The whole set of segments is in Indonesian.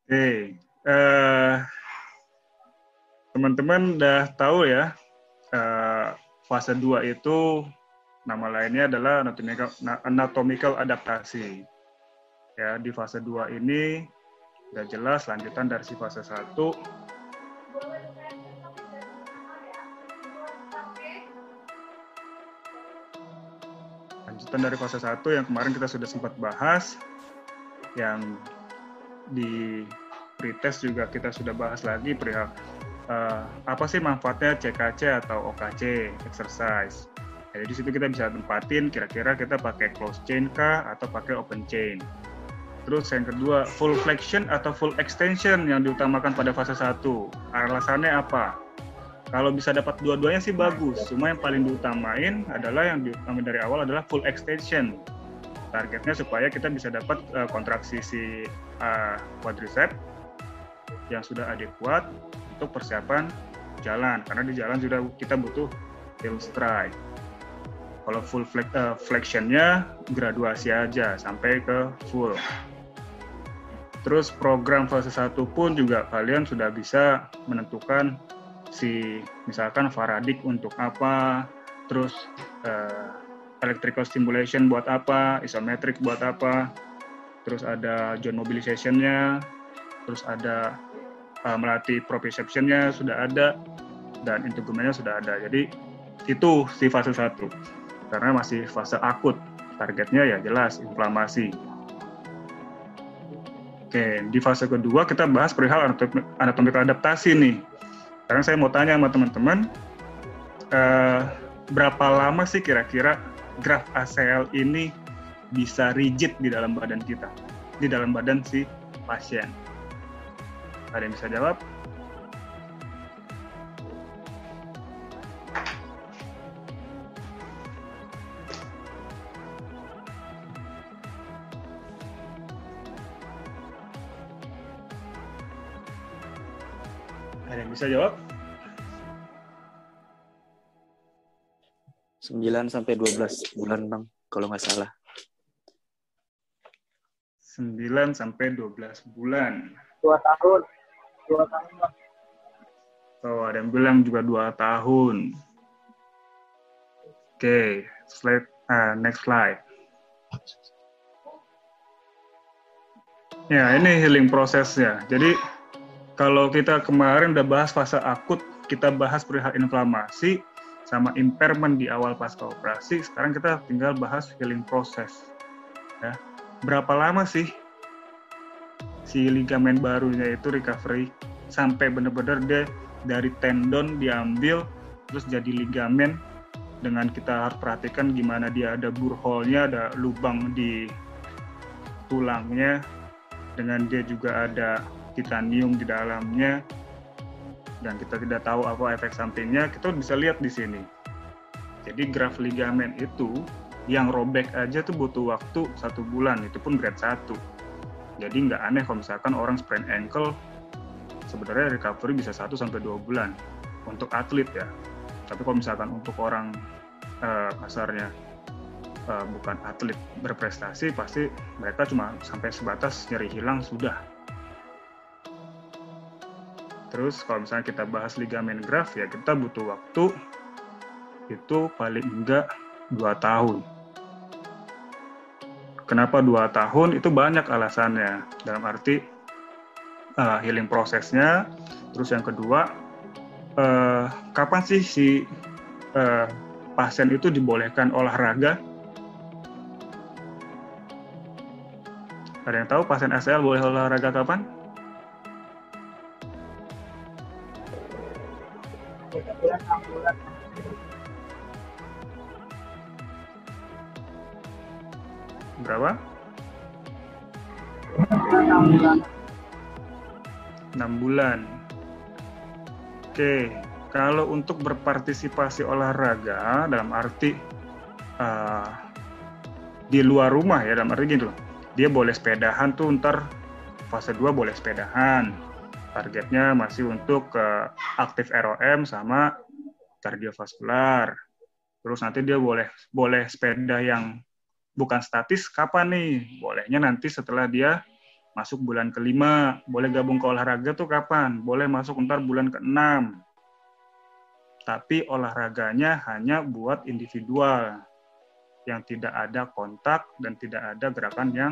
Oke, teman-teman udah tahu ya, fase 2 itu nama lainnya adalah anatomical adaptasi. Ya, di fase 2 ini udah jelas lanjutan dari si fase 1. Lanjutan dari fase 1 yang kemarin kita sudah sempat bahas, yang di pretest juga kita sudah bahas lagi perihal apa sih manfaatnya CKC atau OKC exercise. Jadi di situ kita bisa tempatin kira-kira kita pakai closed chain kah atau pakai open chain. Terus yang kedua, full flexion atau full extension yang diutamakan pada fase 1. Alasannya apa? Kalau bisa dapat dua-duanya sih bagus, cuma yang paling diutamain adalah yang diutamain dari awal adalah full extension. Targetnya supaya kita bisa dapat kontraksi si quadricep yang sudah adekuat untuk persiapan jalan, karena di jalan sudah kita butuh heel strike. Kalau full flexionnya graduasi aja sampai ke full. Terus program fase 1 pun juga kalian sudah bisa menentukan si misalkan Faradik untuk apa, terus electrical stimulation buat apa, isometric buat apa, terus ada joint mobilization-nya, terus ada melatih proprioception-nya sudah ada, dan integumennya sudah ada. Jadi itu si fase 1. Karena masih fase akut. Targetnya ya jelas inflamasi. Oke, di fase kedua kita bahas perihal anatomical adaptasi nih. Sekarang saya mau tanya sama teman-teman, berapa lama sih kira-kira graf ACL ini bisa rigid di dalam badan kita, di dalam badan si pasien? Ada yang bisa jawab? Ada yang bisa jawab? 9 sampai 12 bulan, Bang, kalau nggak salah. 9 sampai 12 bulan. 2 tahun. 2 tahun, Bang. Oh, ada yang bilang juga 2 tahun. Oke, next slide. Ya, ini healing prosesnya. Jadi, kalau kita kemarin udah bahas fase akut, kita bahas perihal inflamasi, sama impairment di awal pasca operasi, sekarang kita tinggal bahas healing proses. Ya. Berapa lama sih si ligamen barunya itu recovery sampai benar-benar dia dari tendon diambil terus jadi ligamen, dengan kita harus perhatikan gimana dia ada burr hole-nya, ada lubang di tulangnya, dengan dia juga ada titanium di dalamnya, dan kita tidak tahu apa efek sampingnya, kita bisa lihat di sini. Jadi graf ligamen itu yang robek aja tuh butuh waktu 1 bulan, itu pun grade 1. Jadi nggak aneh kalau misalkan orang sprain ankle, sebenarnya recovery bisa 1-2 bulan untuk atlet ya. Tapi kalau misalkan untuk orang kasarnya bukan atlet berprestasi, pasti mereka cuma sampai sebatas nyeri hilang sudah. Terus kalau misalnya kita bahas ligamen graf, ya kita butuh waktu itu paling enggak 2 tahun. Kenapa 2 tahun? Itu banyak alasannya. Dalam arti healing prosesnya. Terus yang kedua, kapan sih si pasien itu dibolehkan olahraga? Ada yang tahu pasien ACL boleh olahraga kapan? Berapa? 6 bulan. Oke, kalau untuk berpartisipasi olahraga dalam arti di luar rumah ya, dalam arti gitu, dia boleh sepedahan tuh, ntar fase 2 boleh sepedahan. Targetnya masih untuk aktif ROM sama kardiovaskular. Terus nanti dia boleh sepeda yang bukan statis kapan nih? Bolehnya nanti setelah dia masuk bulan ke-5. Boleh gabung ke olahraga tuh kapan? Boleh masuk ntar bulan ke-6. Tapi olahraganya hanya buat individual, yang tidak ada kontak dan tidak ada gerakan yang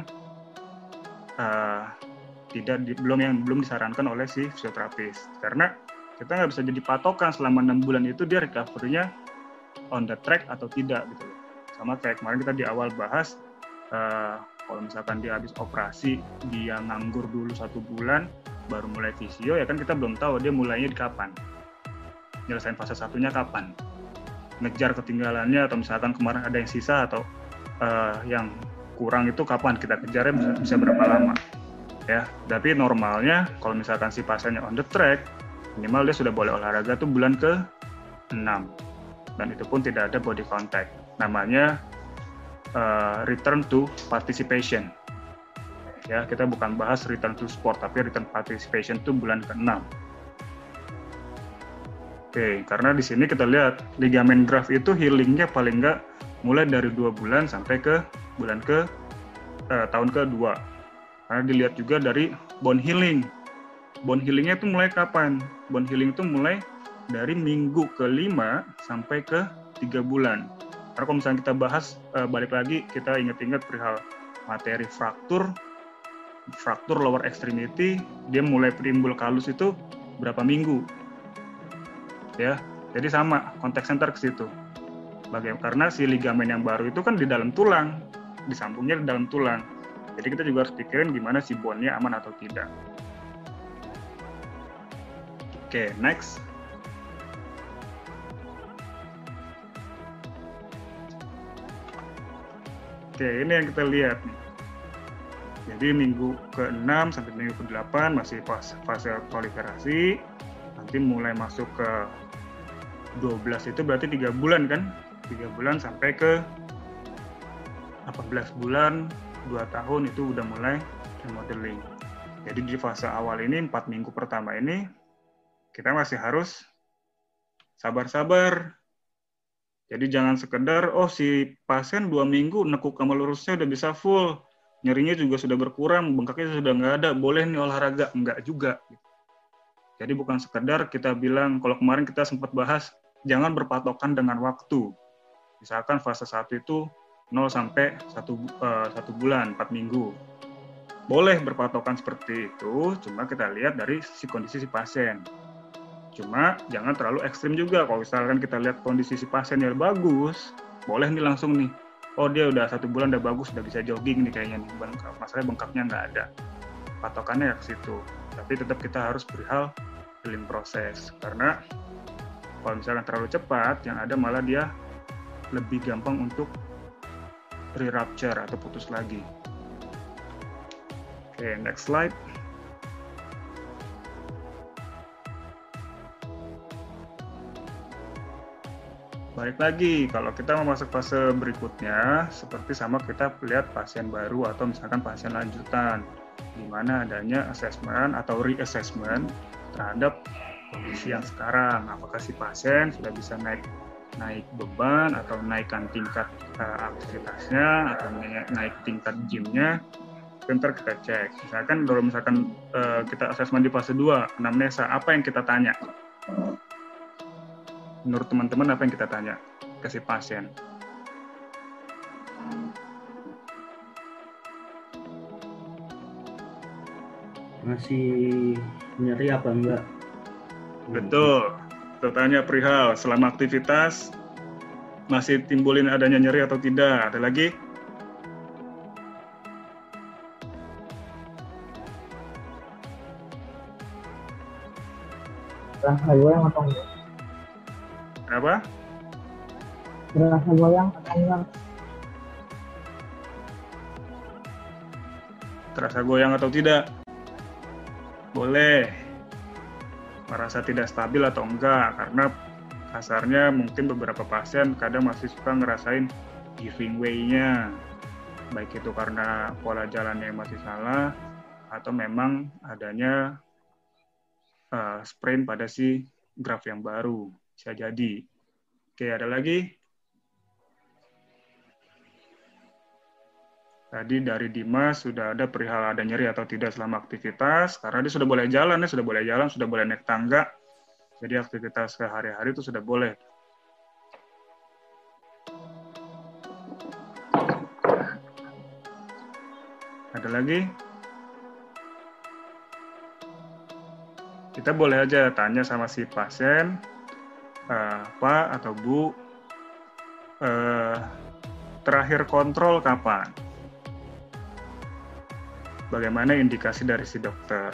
belum disarankan oleh si fisioterapis. Karena kita nggak bisa jadi patokan selama 6 bulan itu dia recovery-nya on the track atau tidak gitu. Sama kayak kemarin kita di awal bahas, kalau misalkan dia habis operasi, dia nganggur dulu 1 bulan, baru mulai fisio, ya kan kita belum tahu dia mulainya di kapan. Nyelesain fase 1-nya kapan. Ngejar ketinggalannya, atau misalkan kemarin ada yang sisa, atau yang kurang itu kapan kita kejarnya bisa berapa lama. Ya, tapi normalnya kalau misalkan si pasiennya on the track, minimal dia sudah boleh olahraga tuh bulan ke-6. Dan itu pun tidak ada body contact. Namanya return to participation. Ya, kita bukan bahas return to sport, tapi return participation itu bulan ke-6. Oke, karena di sini kita lihat ligamen graft itu healingnya paling nggak mulai dari 2 bulan sampai ke bulan tahun ke-2. Karena dilihat juga dari bone healing. Bone healingnya itu mulai kapan? Bone healing itu mulai dari minggu ke-5 sampai ke 3 bulan. Karena kalau misalnya kita bahas, balik lagi, kita ingat-ingat perihal materi fraktur lower extremity, dia mulai timbul kalus itu berapa minggu. Ya, jadi sama, kontak center ke situ. Karena si ligamen yang baru itu kan di dalam tulang, disambungnya di dalam tulang. Jadi kita juga harus pikirin gimana si bone-nya aman atau tidak. Oke, next. Oke, ini yang kita lihat nih. Jadi minggu ke-6 sampai minggu ke-8 masih fase proliferasi. Nanti mulai masuk ke 12 itu berarti 3 bulan kan? 3 bulan sampai ke 18 bulan, 2 tahun itu udah mulai remodeling. Jadi di fase awal ini, 4 minggu pertama ini, kita masih harus sabar-sabar. Jadi jangan sekedar, si pasien 2 minggu nekuk sama lurusnya udah bisa full, nyerinya juga sudah berkurang, bengkaknya sudah nggak ada, boleh nih olahraga. Nggak juga. Jadi bukan sekedar kita bilang, kalau kemarin kita sempat bahas, jangan berpatokan dengan waktu. Misalkan fase 1 itu 0 sampai 1 bulan, 4 minggu. Boleh berpatokan seperti itu, cuma kita lihat dari kondisi si pasien. Cuma jangan terlalu ekstrim juga. Kalau misalkan kita lihat kondisi si pasien yang bagus, boleh nih langsung nih, dia udah 1 bulan udah bagus, udah bisa jogging nih kayaknya nih. Masalahnya bengkaknya nggak ada. Patokannya ya ke situ. Tapi tetap kita harus perihal healing proses. Karena kalau misalkan terlalu cepat, yang ada malah dia lebih gampang untuk re-rupture atau putus lagi. Oke, next slide. Balik lagi, kalau kita mau masuk fase berikutnya, seperti sama kita lihat pasien baru atau misalkan pasien lanjutan, di mana adanya assessment atau reassessment terhadap kondisi yang sekarang. Apakah si pasien sudah bisa naik beban atau naikkan tingkat aktivitasnya atau naik tingkat gymnya, ntar kita cek. Misalkan kalau kita assessment di fase 2, anamnesa, apa yang kita tanya? Menurut teman-teman apa yang kita tanya ke si pasien? Masih nyeri apa enggak? Betul. Kita tanya perihal selama aktivitas masih timbulin adanya nyeri atau tidak. Ada lagi? Rasa goyang atau enggak? Apa? Rasa goyang atau enggak? Terasa goyang atau tidak? Boleh. Merasa tidak stabil atau enggak, karena kasarnya mungkin beberapa pasien kadang masih suka ngerasain giving way-nya, baik itu karena pola jalannya yang masih salah atau memang adanya sprain pada si graf yang baru, bisa jadi. Oke, ada lagi? Tadi dari Dimas sudah ada perihal ada nyeri atau tidak selama aktivitas, karena dia sudah boleh jalan, sudah boleh naik tangga. Jadi aktivitas sehari-hari itu sudah boleh. Ada lagi? Kita boleh aja tanya sama si pasien, Pak atau Bu, terakhir kontrol kapan? Bagaimana indikasi dari si dokter?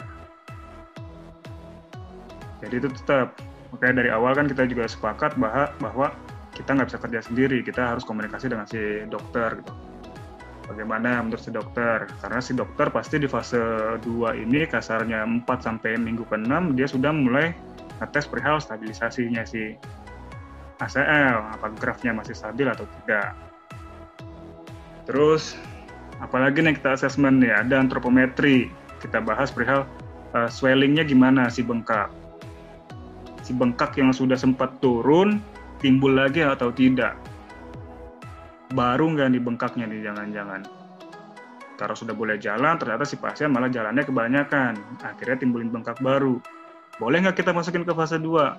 Jadi itu tetap, makanya dari awal kan kita juga sepakat bahwa kita nggak bisa kerja sendiri, kita harus komunikasi dengan si dokter gitu. Bagaimana menurut si dokter? Karena si dokter pasti di fase 2 ini kasarnya 4 sampai minggu ke-6 dia sudah mulai ngetes perihal stabilisasinya si ACL, apa grafnya masih stabil atau tidak. Terus apalagi nih kita asesmen nih, ada antropometri. Kita bahas perihal swellingnya gimana si bengkak. Si bengkak yang sudah sempat turun, timbul lagi atau tidak. Baru nggak nih bengkaknya nih, jangan-jangan. Kalau sudah boleh jalan, ternyata si pasien malah jalannya kebanyakan. Akhirnya timbulin bengkak baru. Boleh nggak kita masukin ke fase 2?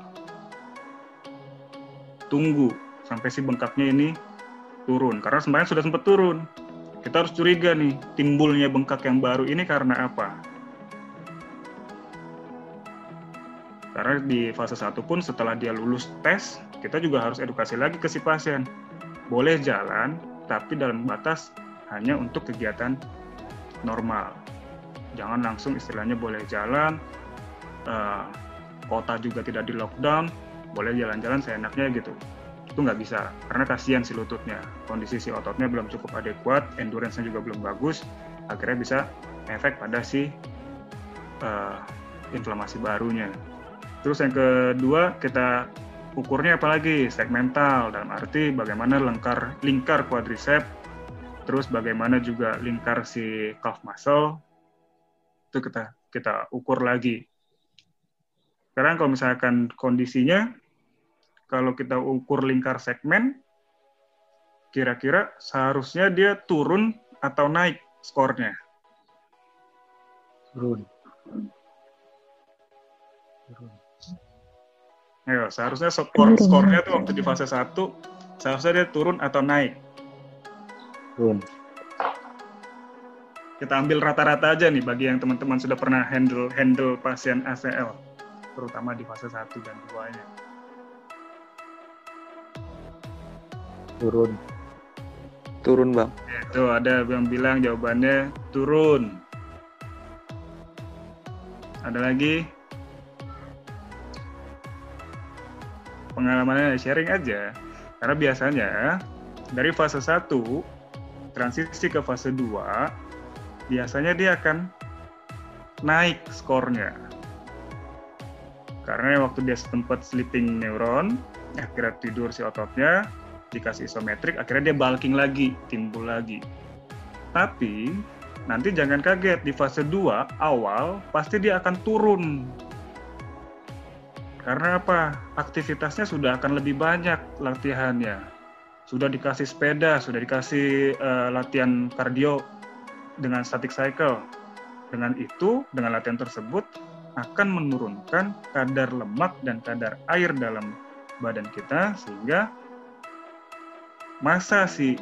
Tunggu sampai si bengkaknya ini turun. Karena sebenarnya sudah sempat turun. Kita harus curiga nih, timbulnya bengkak yang baru ini karena apa? Karena di fase 1 pun setelah dia lulus tes, kita juga harus edukasi lagi ke si pasien. Boleh jalan, tapi dalam batas hanya untuk kegiatan normal. Jangan langsung istilahnya boleh jalan, kota juga tidak di lockdown, boleh jalan-jalan seenaknya gitu. Itu nggak bisa, karena kasihan si lututnya. Kondisi si ototnya belum cukup adekuat, endurance-nya juga belum bagus, akhirnya bisa efek pada si inflamasi barunya. Terus yang kedua, kita ukurnya apalagi? Segmental, dalam arti bagaimana lingkar quadriceps, terus bagaimana juga lingkar si calf muscle, itu kita ukur lagi. Sekarang kalau misalkan kondisinya, kalau kita ukur lingkar segmen, kira-kira seharusnya dia turun atau naik skornya? Turun. Ayo, seharusnya skornya tuh waktu di fase 1, seharusnya dia turun atau naik? Turun. Kita ambil rata-rata aja nih bagi yang teman-teman sudah pernah handle pasien ACL, terutama di fase 1 dan 2-nya. Turun. Turun, Bang. Itu ada yang bilang jawabannya turun. Ada lagi? Pengalamannya sharing aja. Karena biasanya dari fase 1 transisi ke fase 2 biasanya dia akan naik skornya. Karena waktu dia sempat sleeping neuron, akhirnya tidur si ototnya, dikasih isometrik, akhirnya dia bulking lagi, timbul lagi. Tapi nanti jangan kaget, di fase 2 awal pasti dia akan turun. Karena apa? Aktivitasnya sudah akan lebih banyak latihannya. Sudah dikasih sepeda, sudah dikasih latihan kardio dengan static cycle. Dengan itu, dengan latihan tersebut, akan menurunkan kadar lemak dan kadar air dalam badan kita, sehingga massa si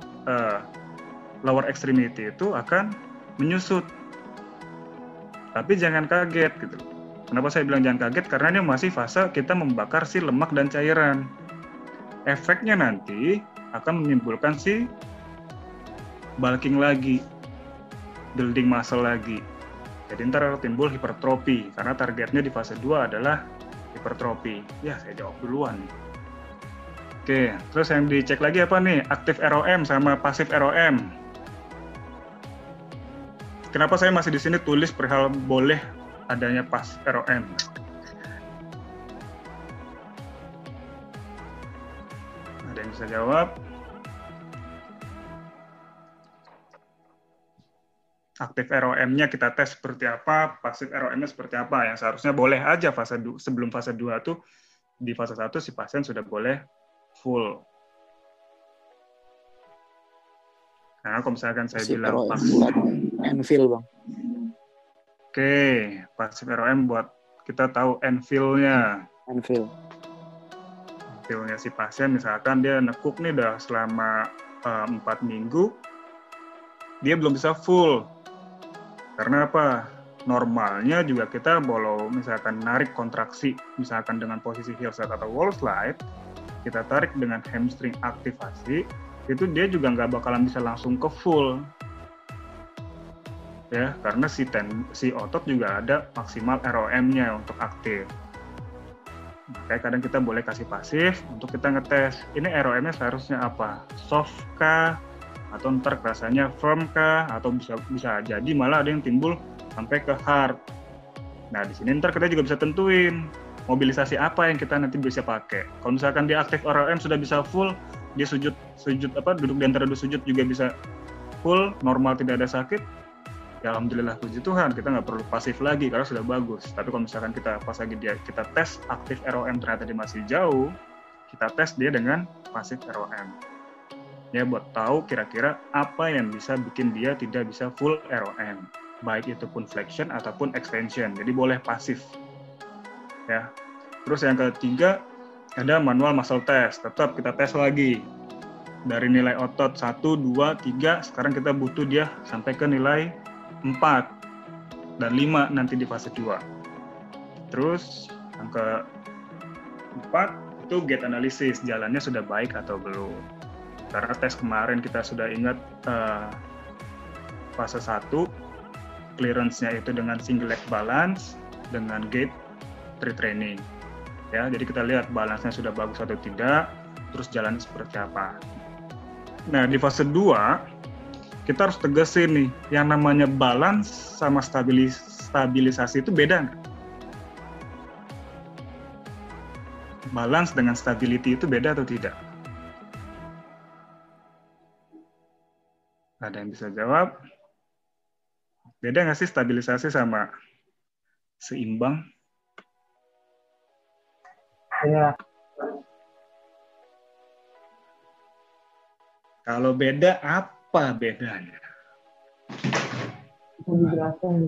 lower extremity itu akan menyusut. Tapi jangan kaget gitu. Kenapa saya bilang jangan kaget? Karena ini masih fase kita membakar si lemak dan cairan. Efeknya nanti akan menimbulkan si bulking lagi, building muscle lagi. Jadi ntar timbul hipertrofi, karena targetnya di fase 2 adalah hipertrofi. Ya, saya jawab duluan nih. Oke, terus yang dicek lagi apa nih? Aktif ROM sama pasif ROM. Kenapa saya masih di sini tulis perihal boleh adanya pas ROM? Ada yang bisa jawab? Aktif ROM-nya kita tes seperti apa, pasif ROM-nya seperti apa, yang seharusnya boleh aja sebelum fase 2 tuh, di fase 1 si pasien sudah boleh full. Nah, kalau misalkan saya Pasif bilang ROM buat Anvil, Bang. oke, pasif ROM buat kita tahu Anvil-nya. Anvil. Anvil-nya si pasien, misalkan dia nekuk nih udah selama 4 minggu, dia belum bisa full. Karena apa? Normalnya juga kita kalau misalkan narik kontraksi, misalkan dengan posisi heel slide atau wall slide, kita tarik dengan hamstring aktivasi, itu dia juga nggak bakalan bisa langsung ke full. Ya, karena si otot juga ada maksimal ROM-nya untuk aktif. Makanya kadang kita boleh kasih pasif untuk kita ngetes, ini ROM-nya seharusnya apa? Soft kah? Atau ntar rasanya firm kah? Atau bisa jadi malah ada yang timbul sampai ke hard. Nah, di sini ntar kita juga bisa tentuin mobilisasi apa yang kita nanti bisa pakai. Kalau misalkan dia aktif ROM sudah bisa full, dia duduk di antara dua sujud juga bisa full, normal tidak ada sakit, ya alhamdulillah puji Tuhan, kita nggak perlu pasif lagi karena sudah bagus. Tapi kalau misalkan kita pas lagi kita tes aktif ROM ternyata dia masih jauh, kita tes dia dengan pasif ROM. Ya, buat tahu kira-kira apa yang bisa bikin dia tidak bisa full ROM, baik itu pun flexion ataupun extension. Jadi boleh pasif. Ya. Terus yang ketiga ada manual muscle test. Tetap kita tes lagi. Dari nilai otot 1, 2, 3, sekarang kita butuh dia sampai ke nilai 4 dan 5 nanti di fase 2. Terus yang keempat itu gait analysis, jalannya sudah baik atau belum. Karena tes kemarin kita sudah ingat fase 1 clearance-nya itu dengan single leg balance dengan gait pre-training. Ya, jadi kita lihat balance-nya sudah bagus atau tidak, terus jalannya seperti apa. Nah, di fase 2 kita harus tegasin nih, yang namanya balance sama stabilisasi itu beda nggak? Balance dengan stability itu beda atau tidak? Ada yang bisa jawab? Beda nggak sih stabilisasi sama seimbang? Ya, Kalau beda, apa bedanya? bisa dijelaskan.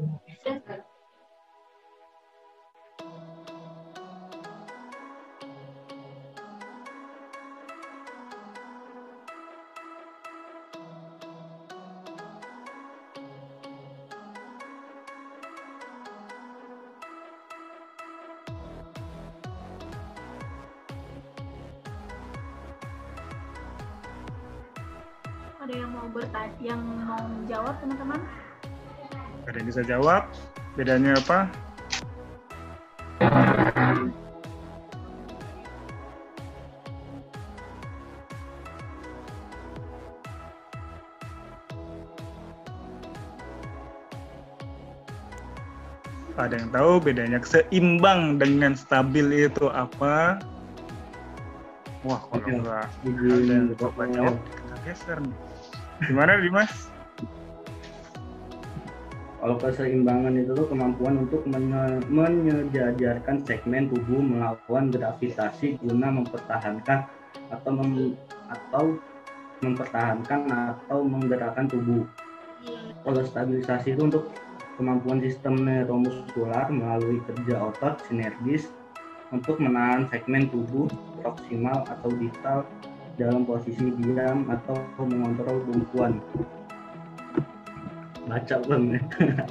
Ada yang mau bertanya, yang mau jawab teman-teman? Ada yang bisa jawab? Bedanya apa? Ada yang tahu bedanya seimbang dengan stabil itu apa? Wah, kalau enggak ada yang coba jawab, kita geser nih. Gimana, Dimas? Kalau keseimbangan itu tuh kemampuan untuk menyejajarkan segmen tubuh melawan gravitasi guna mempertahankan atau menggerakkan tubuh. Kalau stabilisasi itu untuk kemampuan sistem neuromuskular melalui kerja otot sinergis untuk menahan segmen tubuh proksimal atau distal dalam posisi diam atau mengontrol tumpuan. Baca belum ya?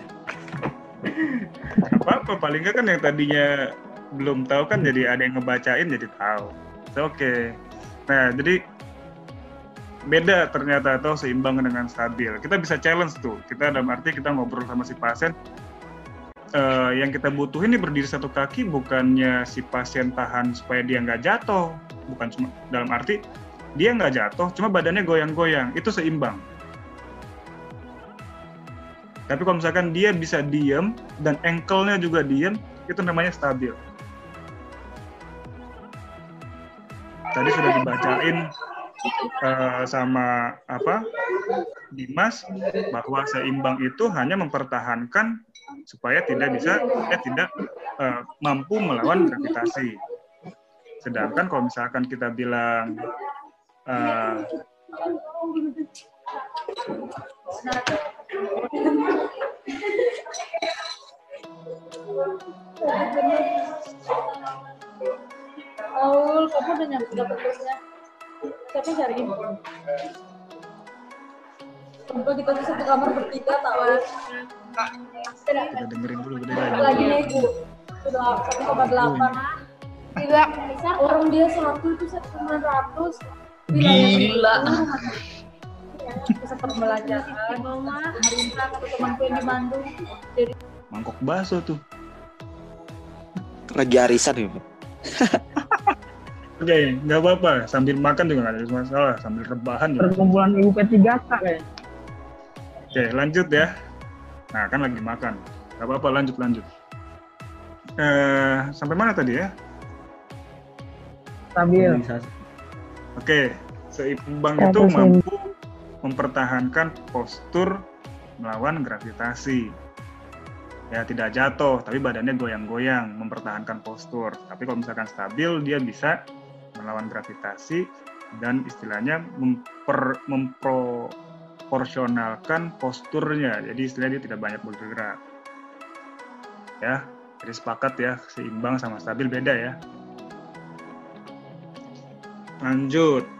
Apa-apa, paling nggak kan yang tadinya belum tahu kan jadi ada yang ngebacain jadi tahu. Oke. Nah, jadi beda ternyata atau seimbang dengan stabil. Kita bisa challenge tuh. Kita dalam arti kita ngobrol sama si pasien. Yang kita butuhin ini berdiri satu kaki bukannya si pasien tahan supaya dia nggak jatuh. Bukan cuma dalam arti dia nggak jatuh, cuma badannya goyang-goyang. Itu seimbang. Tapi kalau misalkan dia bisa diem dan ankle-nya juga diem, itu namanya stabil. Tadi sudah dibacain sama Dimas bahwa seimbang itu hanya mempertahankan supaya tidak mampu melawan gravitasi. Sedangkan kalau misalkan kita bilang Aul, kamu udah nyampe dapat bosnya? Siapa cariin? Sumpah kita tuh satu kamar bertiga tahu. Kita dengerin dulu udah Lagi nego. Sudah 1,8. Gila. Orang dia 1 itu 900. Gila. Pusat pembelajaran. Pemerintah atau temanku yang di Bandung. Jadi mangkok bakso tuh. Lagi arisan ya, Pak? Oke, nggak apa-apa. Sambil makan juga nggak ada masalah. Sambil rebahan juga. Perkumpulan ibu P3K kayaknya. Oke, lanjut ya. Nah, kan lagi makan. Nggak apa-apa, lanjut. Sampai mana tadi ya? Stabil. Organisasi. Oke, seimbang itu mampu mempertahankan postur melawan gravitasi. Ya, tidak jatuh, tapi badannya goyang-goyang, mempertahankan postur. Tapi kalau misalkan stabil, dia bisa melawan gravitasi dan istilahnya memproporsionalkan posturnya. Jadi istilahnya dia tidak banyak bergerak. Ya, jadi sepakat ya, seimbang sama stabil beda ya. Lanjut.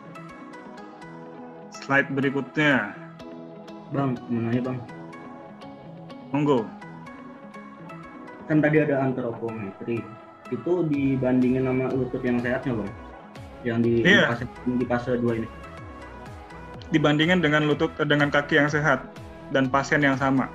Slide berikutnya. Bang, mau nanya bang. Monggo. Kan tadi ada antropometri. Itu dibandingin sama lutut yang sehatnya bang? Yang di fase 2 ini. Dibandingin dengan dengan kaki yang sehat dan pasien yang sama.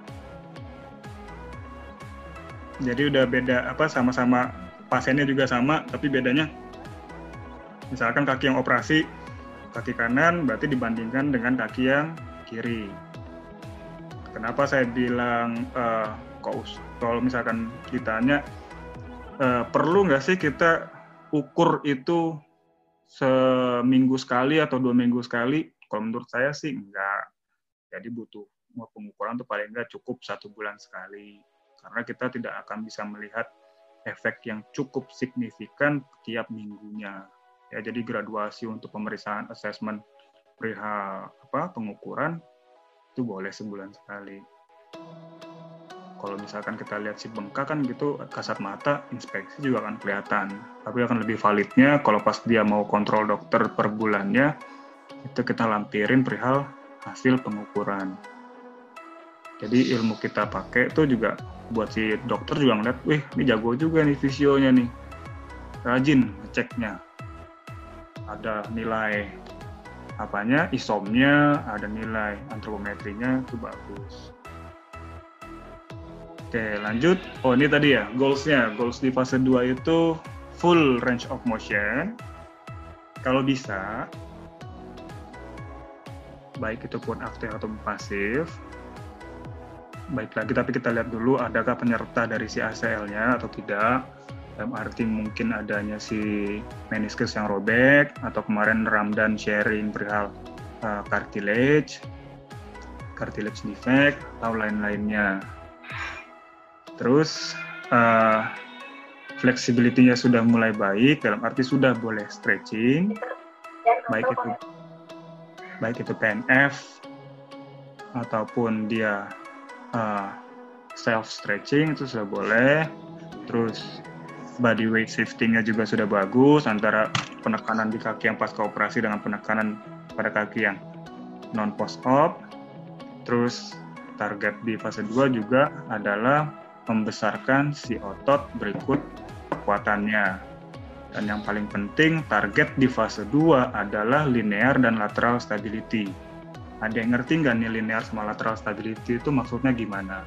Jadi udah beda sama-sama pasiennya juga sama, tapi bedanya misalkan kaki yang operasi kaki kanan berarti dibandingkan dengan kaki yang kiri. Kenapa saya bilang kalau misalkan ditanya perlu nggak sih kita ukur itu seminggu sekali atau 2 minggu sekali? Kalau menurut saya sih enggak. Jadi butuh pengukuran itu paling enggak cukup 1 bulan sekali. Karena kita tidak akan bisa melihat efek yang cukup signifikan tiap minggunya. Ya, jadi graduasi untuk pemeriksaan asesmen perihal pengukuran itu boleh sebulan sekali. Kalau misalkan kita lihat si bengkak kan gitu kasat mata, inspeksi juga akan kelihatan. Tapi akan lebih validnya kalau pas dia mau kontrol dokter per bulannya, itu kita lampirin perihal hasil pengukuran. Jadi ilmu kita pakai itu juga buat si dokter juga ngeliat, wih ini jago juga nih visionya nih. Rajin ngeceknya. Ada nilai isomnya, ada nilai antropometrinya, itu bagus. Oke, lanjut. Oh, ini tadi ya, goals-nya. Goals di fase 2 itu full range of motion. Kalau bisa, baik itu pun aktif atau pasif. Baik lagi, tapi kita lihat dulu adakah penyerta dari si ACL-nya atau tidak. Dalam arti mungkin adanya si meniscus yang robek, atau kemarin Ramdan sharing perihal cartilage defect, atau lain-lainnya. Terus flexibility-nya sudah mulai baik, dalam arti sudah boleh stretching, baik itu PNF ataupun dia self stretching itu sudah boleh. Terus body weight shifting-nya juga sudah bagus antara penekanan di kaki yang pasca operasi dengan penekanan pada kaki yang non post op. Terus target di fase 2 juga adalah membesarkan si otot berikut kekuatannya. Dan yang paling penting, target di fase 2 adalah linear dan lateral stability. Ada yang ngerti nggak nih linear sama lateral stability itu maksudnya gimana?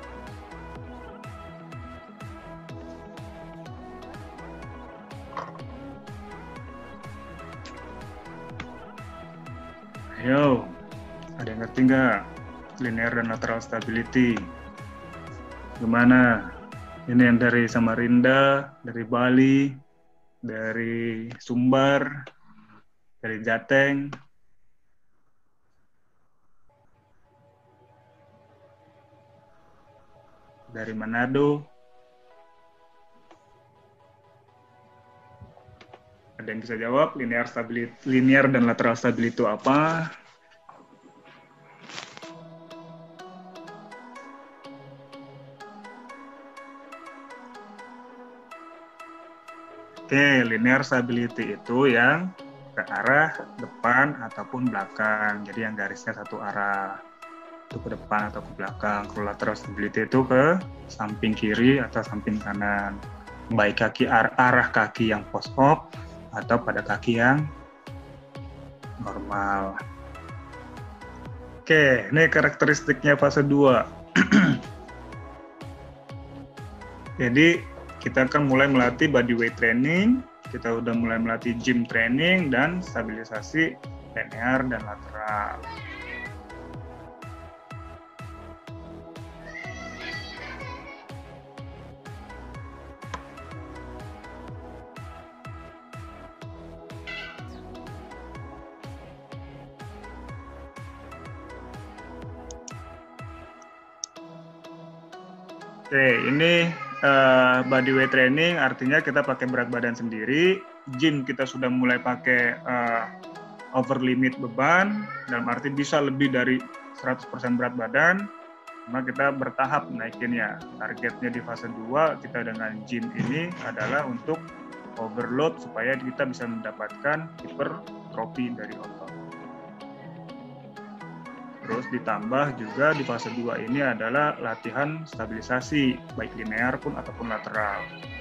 Ayo, ada yang ngerti nggak linear dan lateral stability? Gimana? Ini yang dari Samarinda, dari Bali, dari Sumbar, dari Jateng. Dari Manado. Ada yang bisa jawab linear dan lateral stability itu apa? Oke, linear stability itu yang ke arah depan ataupun belakang. Jadi yang garisnya satu arah, itu ke depan atau ke belakang. Kalau lateral stability itu ke samping kiri atau samping kanan. Baik kaki arah kaki yang post op atau pada kaki yang normal. Oke, ini karakteristiknya fase 2. Jadi kita akan mulai melatih body weight training, kita udah mulai melatih gym training dan stabilisasi linear dan lateral. Oke, ini body weight training artinya kita pakai berat badan sendiri. Gym kita sudah mulai pakai over limit beban, dalam arti bisa lebih dari 100% berat badan. Cuma kita bertahap naikinnya. Targetnya di fase 2 kita dengan gym ini adalah untuk overload supaya kita bisa mendapatkan hipertrofi dari otot. Terus ditambah juga di fase 2 ini adalah latihan stabilisasi, baik linear pun ataupun lateral.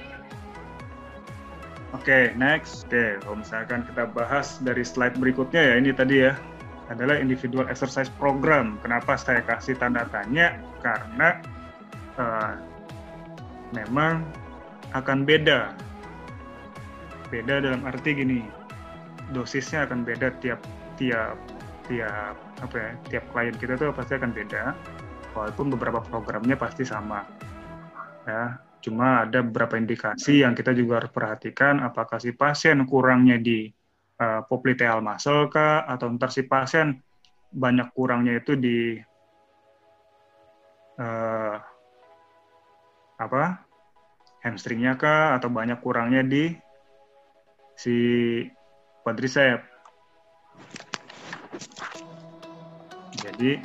Oke, next. Oke, kalau misalkan kita bahas dari slide berikutnya ya, ini tadi ya, adalah individual exercise program. Kenapa saya kasih tanda tanya? Karena memang akan beda. Beda dalam arti gini, dosisnya akan beda tiap klien kita tuh pasti akan beda, walaupun beberapa programnya pasti sama ya, cuma ada beberapa indikasi yang kita juga harus perhatikan, apakah si pasien kurangnya di popliteal muscle kah, atau ntar si pasien banyak kurangnya itu di hamstringnya kah, atau banyak kurangnya di si quadricep. Jadi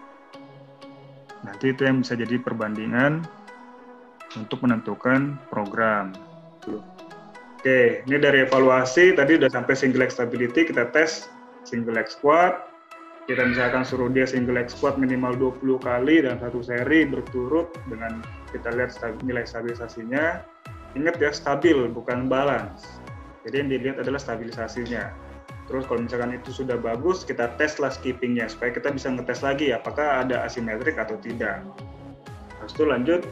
nanti itu yang bisa jadi perbandingan untuk menentukan program. Oke, ini dari evaluasi tadi udah sampai single leg stability, kita tes single leg squat. Kita misalkan suruh dia single leg squat minimal 20 kali dan satu seri berturut dengan kita lihat nilai stabilisasinya. Ingat ya, stabil bukan balance. Jadi yang dilihat adalah stabilisasinya. Terus kalau misalkan itu sudah bagus, kita tes lah skippingnya supaya kita bisa ngetes lagi apakah ada asimetrik atau tidak. Terus itu lanjut.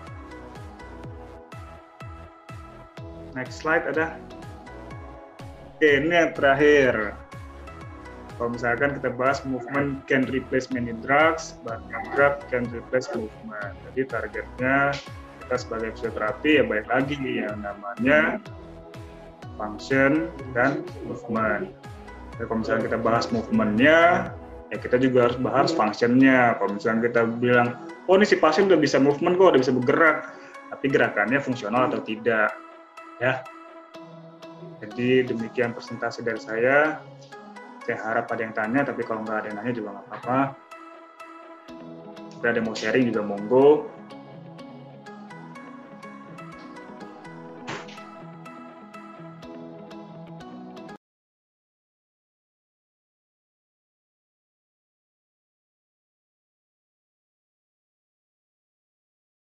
Next slide ada. Oke, ini yang terakhir. Kalau misalkan kita bahas movement can replace many drugs, but no drug can replace movement. Jadi targetnya kita sebagai fisioterapi ya baik lagi yang namanya function dan movement. Ya, kalau misalnya kita bahas movement-nya, ya kita juga harus bahas function-nya. Kalau misalnya kita bilang, oh ini si pasien udah bisa movement kok, udah bisa bergerak, tapi gerakannya fungsional atau tidak. Ya. Jadi demikian presentasi dari saya. Saya harap ada yang tanya, tapi kalau nggak ada yang nanya juga nggak apa-apa. Jika ada yang mau sharing juga monggo.